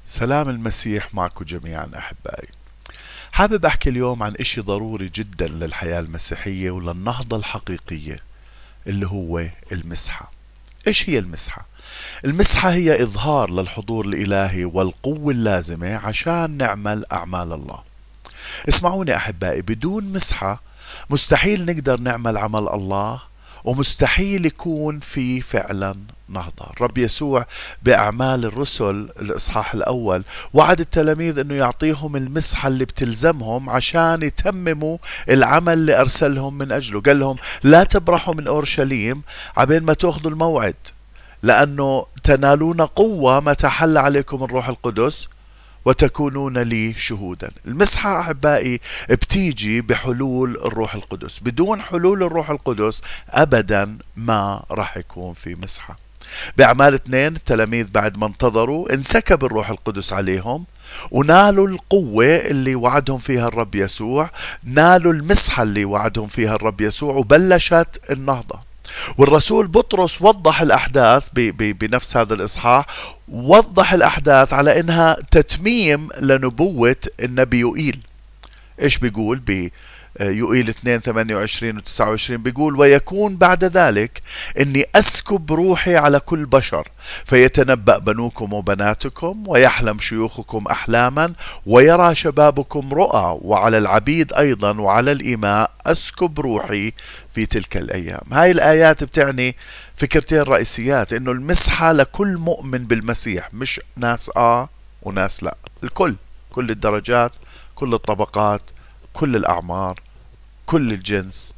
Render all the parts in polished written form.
سلام المسيح معكم جميعا أحبائي. حابب أحكي اليوم عن إشي ضروري جدا للحياة المسيحية وللنهضة الحقيقية اللي هو المسحة. إيش هي المسحة؟ المسحة هي إظهار للحضور الإلهي والقوة اللازمة عشان نعمل أعمال الله. اسمعوني أحبائي، بدون مسحة مستحيل نقدر نعمل عمل الله، ومستحيل يكون في فعلا نهضة. الرب يسوع بأعمال الرسل الإصحاح الأول وعد التلاميذ أنه يعطيهم المسحة اللي بتلزمهم عشان يتمموا العمل اللي أرسلهم من أجله. قال لهم لا تبرحوا من أورشليم عبين ما تأخذوا الموعد، لأنه تنالون قوة متى حل عليكم الروح القدس وتكونون لي شهودا. المسحة أحبائي بتيجي بحلول الروح القدس. بدون حلول الروح القدس أبدا ما راح يكون في مسحة. بأعمال 2 التلاميذ بعد ما انتظروا انسكب الروح القدس عليهم ونالوا القوة اللي وعدهم فيها الرب يسوع، نالوا المسحة اللي وعدهم فيها الرب يسوع، وبلشت النهضة. والرسول بطرس وضح الأحداث بنفس هذا الإصحاح، وضح الأحداث على إنها تتميم لنبوة النبي يوئيل. إيش بيقول يوئيل 2 28 و 29؟ بيقول ويكون بعد ذلك إني أسكب روحي على كل بشر، فيتنبأ بنوكم وبناتكم، ويحلم شيوخكم أحلاما، ويرى شبابكم رؤى، وعلى العبيد أيضا وعلى الإماء أسكب روحي في تلك الأيام. هاي الآيات بتعني فكرتين رئيسيات، إنه المسحة لكل مؤمن بالمسيح، مش ناس وناس لا، الكل، كل الدرجات، كل الطبقات، كل الأعمار، كل الجنس،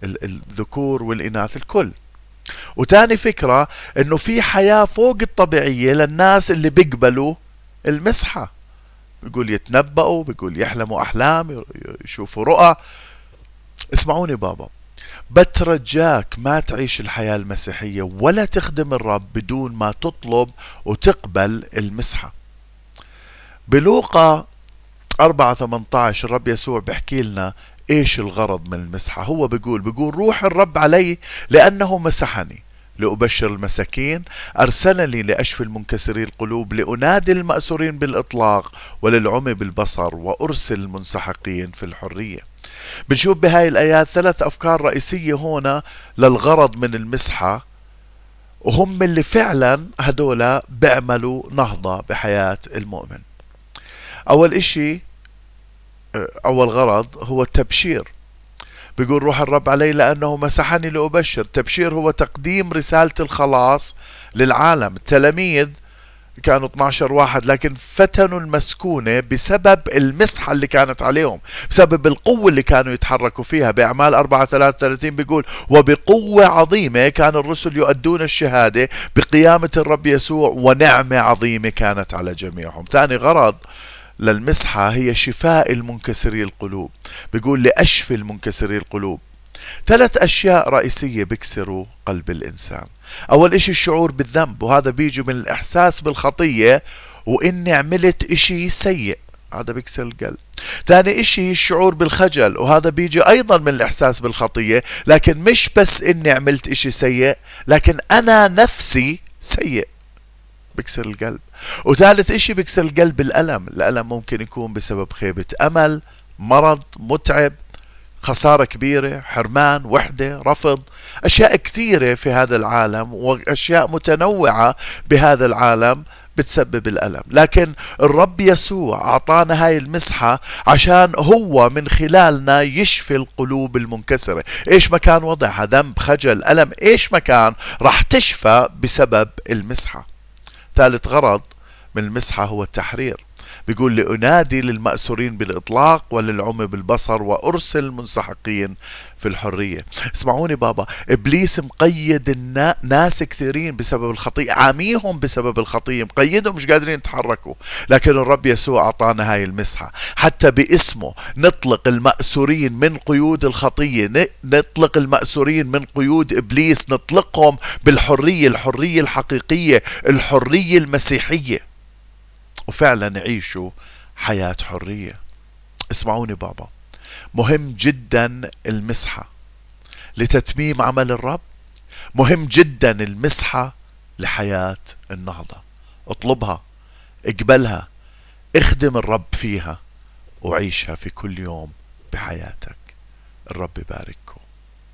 الذكور والإناث، الكل. وتاني فكرة انه في حياة فوق الطبيعية للناس اللي بيقبلوا المسحة. بيقول يتنبأوا، بيقول يحلموا أحلام، يشوفوا رؤى. اسمعوني بابا، بترجاك ما تعيش الحياة المسيحية ولا تخدم الرب بدون ما تطلب وتقبل المسحة. بلوقا 4:18 الرب يسوع بيحكي لنا ايش الغرض من المسحة. هو بيقول روح الرب علي لأنه مسحني لأبشر المساكين، أرسلني لأشفي المنكسري القلوب، لأنادي المأسورين بالإطلاق، وللعمي بالبصر، وأرسل المنسحقين في الحرية. بنشوف بهاي الآيات 3 أفكار رئيسية هنا للغرض من المسحة، وهم اللي فعلا هدولا بيعملوا نهضة بحياة المؤمن. أول إشي، أول غرض هو التبشير. بيقول روح الرب علي لأنه مسحني لأبشر. التبشير هو تقديم رسالة الخلاص للعالم. التلاميذ كانوا 12 واحد، لكن فتنوا المسكونة بسبب المسحة اللي كانت عليهم، بسبب القوة اللي كانوا يتحركوا فيها. بأعمال 4:33 بيقول وبقوة عظيمة كان الرسل يؤدون الشهادة بقيامة الرب يسوع، ونعمة عظيمة كانت على جميعهم. ثاني غرض للمسحة هي شفاء المنكسري القلوب. بيقول لأشفي المنكسري القلوب. 3 أشياء رئيسية بيكسروا قلب الإنسان. أول إشي الشعور بالذنب، وهذا بيجي من الإحساس بالخطية وإني عملت إشي سيء، هذا بيكسر القلب. ثاني إشي الشعور بالخجل، وهذا بيجي أيضا من الإحساس بالخطية، لكن مش بس إني عملت إشي سيء، لكن أنا نفسي سيء، بكسر القلب. وثالث اشي بكسر القلب الألم. الألم ممكن يكون بسبب خيبة أمل، مرض متعب، خسارة كبيرة، حرمان، وحدة، رفض، أشياء كثيرة في هذا العالم وأشياء متنوعة بهذا العالم بتسبب الألم. لكن الرب يسوع أعطانا هاي المسحة عشان هو من خلالنا يشفي القلوب المنكسرة. إيش ما كان وضعها، ذنب، خجل، ألم، إيش ما كان، راح تشفى بسبب المسحة. ثالث غرض من المسحة هو التحرير. بيقول لأنادي للمأسورين بالإطلاق، وللعمي بالبصر، وأرسل المنسحقين في الحرية. اسمعوني بابا، إبليس مقيد ناس كثيرين بسبب الخطية، عاميهم بسبب الخطية، مقيدهم مش قادرين يتحركوا. لكن الرب يسوع أعطانا هاي المسحة، حتى باسمه نطلق المأسورين من قيود الخطية، نطلق المأسورين من قيود إبليس، نطلقهم بالحرية، الحرية الحقيقية، الحرية المسيحية، وفعلا نعيشوا حياة حرية. اسمعوني بابا، مهم جدا المسحة لتتميم عمل الرب، مهم جدا المسحة لحياة النهضة. اطلبها، اقبلها، اخدم الرب فيها وعيشها في كل يوم بحياتك. الرب يبارككم.